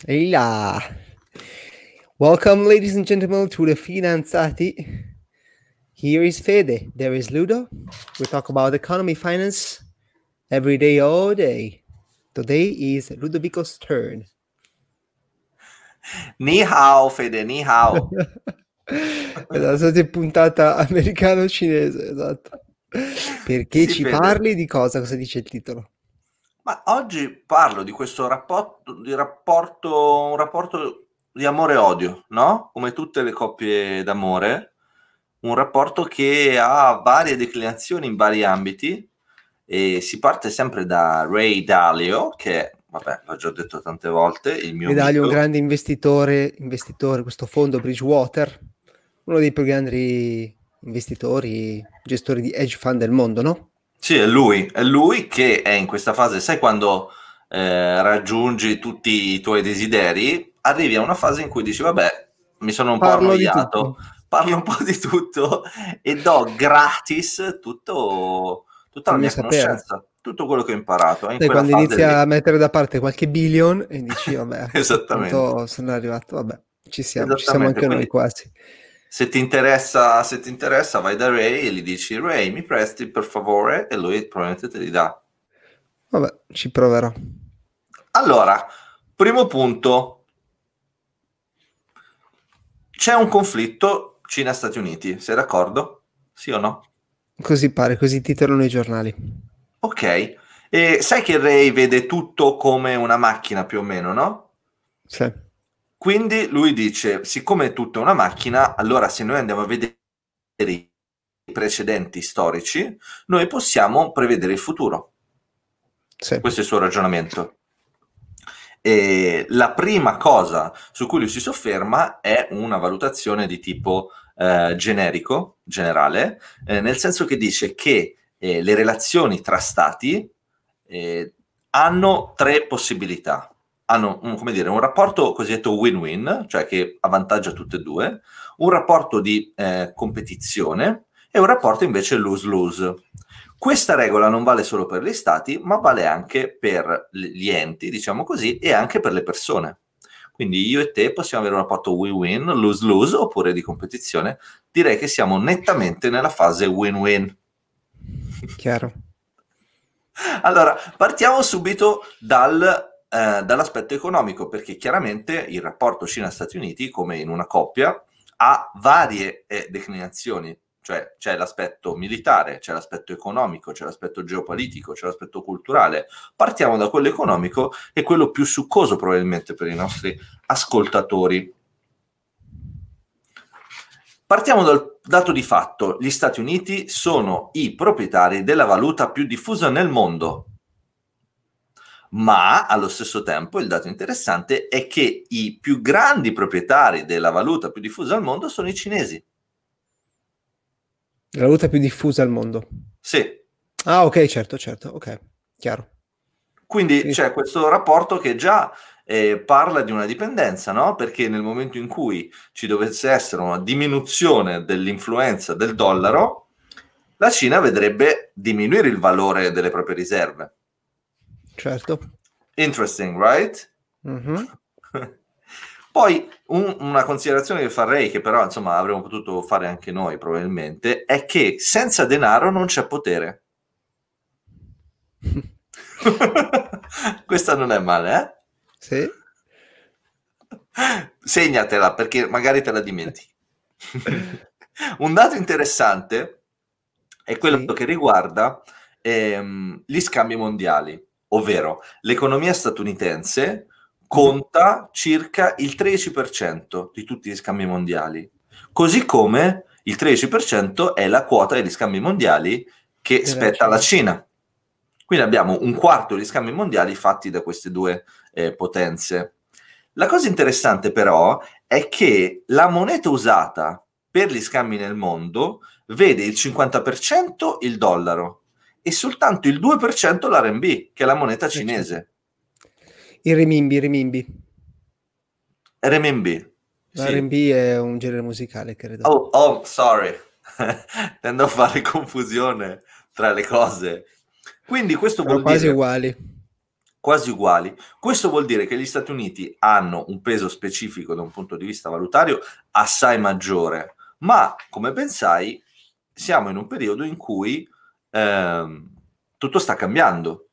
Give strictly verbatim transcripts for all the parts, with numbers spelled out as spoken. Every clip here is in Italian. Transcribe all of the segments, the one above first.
Ehi là. Welcome, ladies and gentlemen, to the Finanzati. Here is Fede. There is Ludo. We talk about economy, finance, every day, all day. Today is Ludovico's turn. Ni hao, Fede, ni hao. Esatto, è puntata americano-cinese, esatto. Perché Sì, ci Fede. parli di cosa? Cosa dice il titolo? Ma oggi parlo di questo rapporto, di rapporto, un rapporto di amore e odio, no? Come tutte le coppie d'amore, un rapporto che ha varie declinazioni in vari ambiti e si parte sempre da Ray Dalio, che, vabbè, l'ho già detto tante volte, il mio Medaglia, amico. un grande investitore, investitore, questo fondo Bridgewater, uno dei più grandi investitori, gestori di hedge fund del mondo, no? Sì, è lui, è lui che è in questa fase, sai quando eh, raggiungi tutti i tuoi desideri, arrivi a una fase in cui dici, vabbè, mi sono un po' Parlo di tutto. annoiato, parlo un po' di tutto e do gratis tutto, tutta Il la mio mia sapere. conoscenza, tutto quello che ho imparato. È in Sai, quella quando fase inizi lì. a mettere da parte qualche billion e dici, vabbè, a questo Esattamente, punto sono arrivato, vabbè, ci siamo, ci siamo esattamente. anche noi Quindi quasi. se ti interessa, se ti interessa, vai da Ray e gli dici, Ray, mi presti per favore? E lui probabilmente te li dà. Vabbè, ci proverò. Allora, primo punto, c'è un conflitto Cina-Stati Uniti, sei d'accordo? Sì o no? Così pare, così titolano i giornali. Ok, e sai che Ray vede tutto come una macchina più o meno, no? Sì. Quindi lui dice, siccome è tutta una macchina, allora se noi andiamo a vedere i precedenti storici, noi possiamo prevedere il futuro. Sì. Questo è il suo ragionamento. E la prima cosa su cui lui si sofferma è una valutazione di tipo eh, generico, generale, eh, nel senso che dice che eh, le relazioni tra stati eh, hanno tre possibilità. Hanno un, come dire, un rapporto cosiddetto win-win, cioè che avvantaggia tutte e due, un rapporto di eh, competizione e un rapporto invece lose-lose. Questa regola non vale solo per gli stati, ma vale anche per gli enti, diciamo così, e anche per le persone. Quindi io e te possiamo avere un rapporto win-win, lose-lose oppure di competizione. Direi che siamo nettamente nella fase win-win. Chiaro. Allora, partiamo subito dal, eh, dall'aspetto economico, perché chiaramente il rapporto Cina-Stati Uniti, come in una coppia, ha varie eh, declinazioni. Cioè c'è l'aspetto militare, c'è l'aspetto economico, c'è l'aspetto geopolitico, c'è l'aspetto culturale. Partiamo da quello economico, che è quello più succoso probabilmente per i nostri ascoltatori. Partiamo dal dato di fatto: gli Stati Uniti sono i proprietari della valuta più diffusa nel mondo. Ma allo stesso tempo il dato interessante è che i più grandi proprietari della valuta più diffusa al mondo sono i cinesi. La valuta più diffusa al mondo. Sì. Ah, ok, certo, certo, ok, chiaro. Quindi Quindi- c'è questo rapporto che già eh, parla di una dipendenza, no? Perché nel momento in cui ci dovesse essere una diminuzione dell'influenza del dollaro, la Cina vedrebbe diminuire il valore delle proprie riserve. Certo. Interesting, right? Mhm. Poi un, una considerazione che farei, che però insomma avremmo potuto fare anche noi probabilmente, è che senza denaro non c'è potere. Questa non è male, eh? Sì. Segnatela perché magari te la dimentichi. Un dato interessante è quello Sì. che riguarda ehm, gli scambi mondiali, ovvero l'economia statunitense conta circa il tredici per cento di tutti gli scambi mondiali, così come il tredici per cento è la quota degli scambi mondiali che Della spetta alla Cina. Cina. Quindi abbiamo un quarto degli scambi mondiali fatti da queste due eh, potenze. La cosa interessante però è che la moneta usata per gli scambi nel mondo vede il cinquanta per cento il dollaro e soltanto il due per cento l'R M B, che è la moneta cinese. Il renminbi, il renminbi. Renminbi, sì. L'R and B è un genere musicale, credo. Oh, oh, sorry. Tendo a fare confusione tra le cose. Quindi questo Sono vuol quasi dire uguali. quasi uguali. Questo vuol dire che gli Stati Uniti hanno un peso specifico da un punto di vista valutario assai maggiore, ma come ben sai siamo in un periodo in cui ehm, tutto sta cambiando.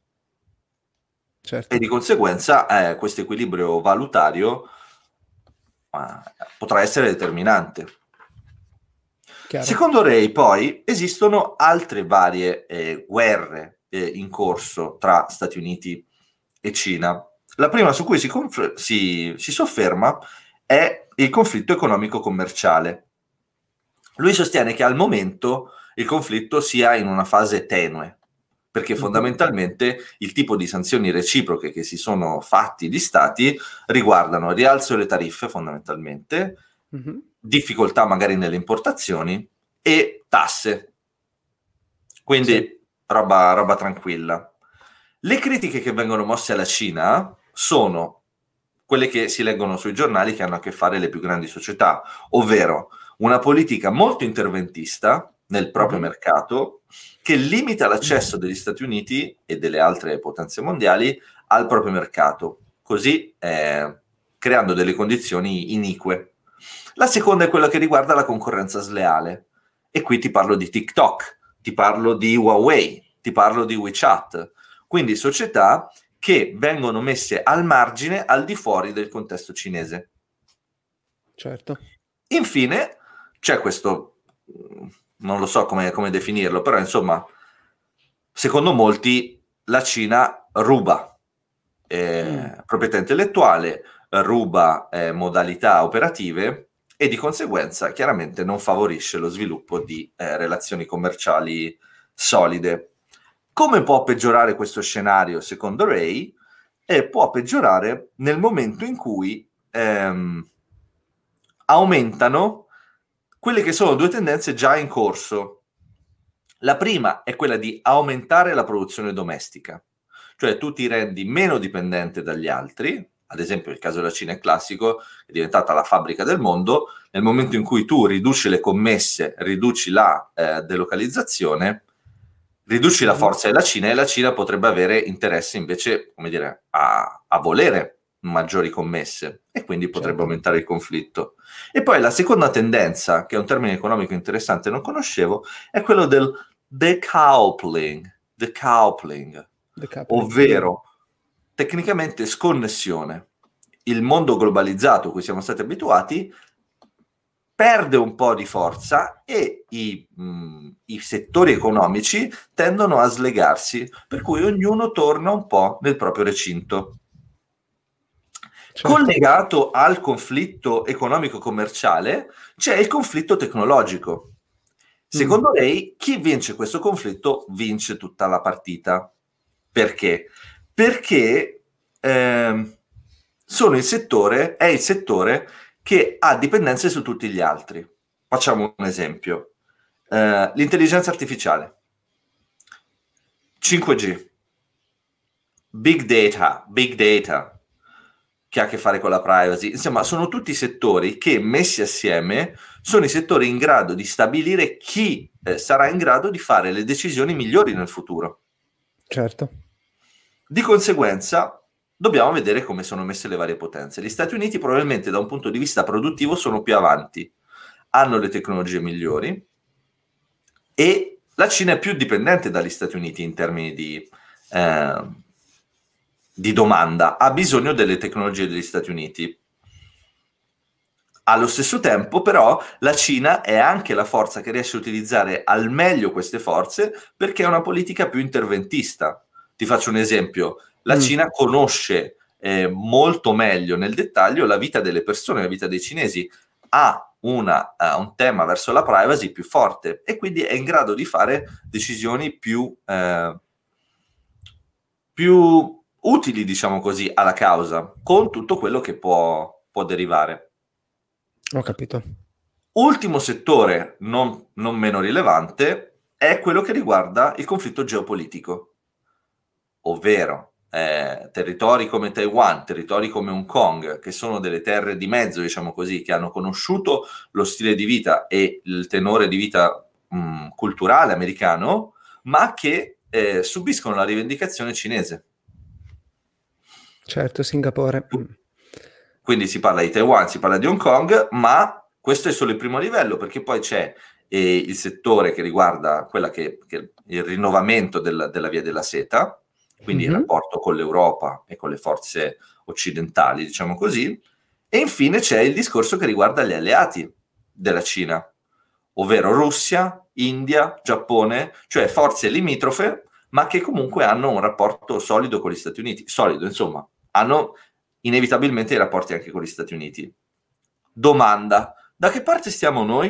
Certo. E di conseguenza eh, questo equilibrio valutario eh, potrà essere determinante. Chiaro. Secondo Ray, poi, esistono altre varie eh, guerre eh, in corso tra Stati Uniti e Cina. La prima su cui si, conf- si, si sofferma è il conflitto economico-commerciale. Lui sostiene che al momento il conflitto sia in una fase tenue, perché fondamentalmente il tipo di sanzioni reciproche che si sono fatti gli stati riguardano il rialzo delle tariffe fondamentalmente, Mm-hmm. difficoltà magari nelle importazioni e tasse. Quindi Sì. roba, roba tranquilla. Le critiche che vengono mosse alla Cina sono quelle che si leggono sui giornali che hanno a che fare le più grandi società, ovvero una politica molto interventista nel proprio Mm-hmm. mercato che limita l'accesso degli Stati Uniti e delle altre potenze mondiali al proprio mercato, così eh, creando delle condizioni inique. La seconda è quella che riguarda la concorrenza sleale, e qui ti parlo di TikTok, ti parlo di Huawei, ti parlo di WeChat, quindi società che vengono messe al margine, al di fuori del contesto cinese. Certo. Infine c'è questo, non lo so come, come definirlo, però insomma, secondo molti la Cina ruba eh, Mm. proprietà intellettuale, ruba eh, modalità operative e di conseguenza chiaramente non favorisce lo sviluppo di eh, relazioni commerciali solide. Come può peggiorare questo scenario secondo Ray? E può peggiorare nel momento in cui ehm, aumentano quelle che sono due tendenze già in corso. La prima è quella di aumentare la produzione domestica, cioè tu ti rendi meno dipendente dagli altri, ad esempio il caso della Cina è classico, è diventata la fabbrica del mondo, nel momento in cui tu riduci le commesse, riduci la eh, delocalizzazione, riduci la Mm-hmm. forza della Cina e la Cina potrebbe avere interesse invece, come dire, a, a volere maggiori commesse e quindi potrebbe Certo. aumentare il conflitto. E poi la seconda tendenza, che è un termine economico interessante, non conoscevo, è quello del decoupling, decoupling, Decoupling. ovvero tecnicamente sconnessione. Il mondo globalizzato a cui siamo stati abituati perde un po' di forza e i, mh, i settori economici tendono a slegarsi, per cui ognuno torna un po' nel proprio recinto. Certo. Collegato al conflitto economico-commerciale c'è il conflitto tecnologico. Secondo Mm. lei, chi vince questo conflitto vince tutta la partita. Perché? Perché ehm, sono il settore, è il settore che ha dipendenze su tutti gli altri. Facciamo un esempio. Eh, l'intelligenza artificiale, cinque G, big data, big data, che ha a che fare con la privacy. Insomma, sono tutti settori che messi assieme sono i settori in grado di stabilire chi eh, sarà in grado di fare le decisioni migliori nel futuro. Certo. Di conseguenza, dobbiamo vedere come sono messe le varie potenze. Gli Stati Uniti probabilmente da un punto di vista produttivo sono più avanti, hanno le tecnologie migliori e la Cina è più dipendente dagli Stati Uniti in termini di, eh, di domanda, ha bisogno delle tecnologie degli Stati Uniti. Allo stesso tempo, però, la Cina è anche la forza che riesce a utilizzare al meglio queste forze perché è una politica più interventista. Ti faccio un esempio. La Mm. Cina conosce eh, molto meglio nel dettaglio la vita delle persone, la vita dei cinesi. Ha una, uh, un tema verso la privacy più forte e quindi è in grado di fare decisioni più, eh, più utili, diciamo così, alla causa, con tutto quello che può, può derivare. Ho capito. Ultimo settore, non, non meno rilevante, è quello che riguarda il conflitto geopolitico, ovvero eh, territori come Taiwan, territori come Hong Kong, che sono delle terre di mezzo, diciamo così, che hanno conosciuto lo stile di vita e il tenore di vita mh, culturale americano, ma che eh, subiscono la rivendicazione cinese. Certo, Singapore. Mm. Quindi si parla di Taiwan, si parla di Hong Kong, ma questo è solo il primo livello, perché poi c'è eh, il settore che riguarda quella che, che il rinnovamento del, della via della seta, quindi Mm-hmm. il rapporto con l'Europa e con le forze occidentali, diciamo così, e infine c'è il discorso che riguarda gli alleati della Cina, ovvero Russia, India, Giappone, cioè forze limitrofe, ma che comunque hanno un rapporto solido con gli Stati Uniti, solido insomma, hanno inevitabilmente i rapporti anche con gli Stati Uniti. Domanda, da che parte stiamo noi?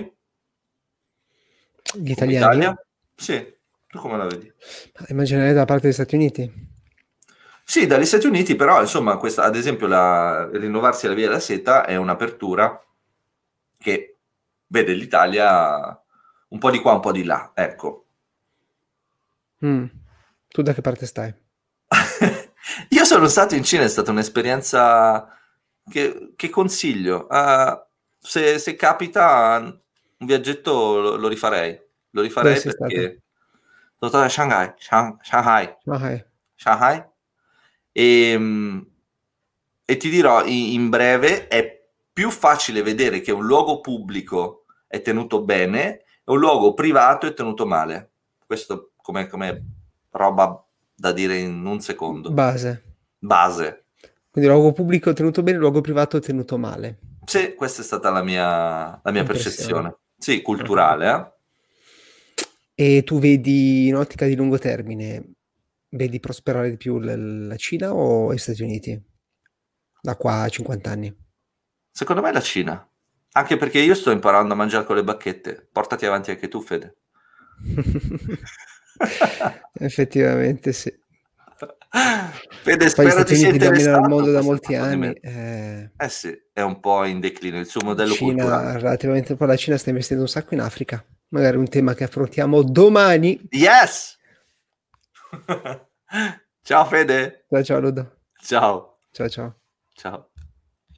Gli Come italiani? Italia? Sì, tu come la vedi? Immaginare da parte degli Stati Uniti. Sì, dagli Stati Uniti, però insomma, questa, ad esempio, la, rinnovarsi la via della seta è un'apertura che vede l'Italia un po' di qua, un po' di là, ecco. Mm. Tu da che parte stai? Io sono stato in Cina, è stata un'esperienza che, che consiglio. Uh, se, se capita un viaggetto lo, lo rifarei. Lo Dove rifarei sei stato? perché sono stato a Shanghai, Shang- Shanghai, Shanghai. Shanghai. E, e ti dirò, in, in breve, è più facile vedere che un luogo pubblico è tenuto bene e un luogo privato è tenuto male. Questo come, come roba da dire in un secondo. Base. Base. Quindi luogo pubblico tenuto bene, luogo privato tenuto male. Sì, questa è stata la mia, la mia Impressione. percezione. Sì, culturale. Eh? E tu vedi in ottica di lungo termine, vedi prosperare di più l- la Cina o gli Stati Uniti? Da qua a cinquanta anni. Secondo me la Cina. Anche perché io sto imparando a mangiare con le bacchette. Portati avanti anche tu, Fede. Effettivamente sì. Fede, Poi gli spero Stati ti sia Uniti dominano il interessato mondo da questo molti anni. approfondimento. Eh, Eh sì, è un po' in declino il suo modello culturale. Cina, relativamente poi la Cina sta investendo un sacco in Africa. Magari un tema che affrontiamo domani. Yes! Ciao Fede! Ciao ciao Ludo. Ciao. Ciao ciao. Ciao.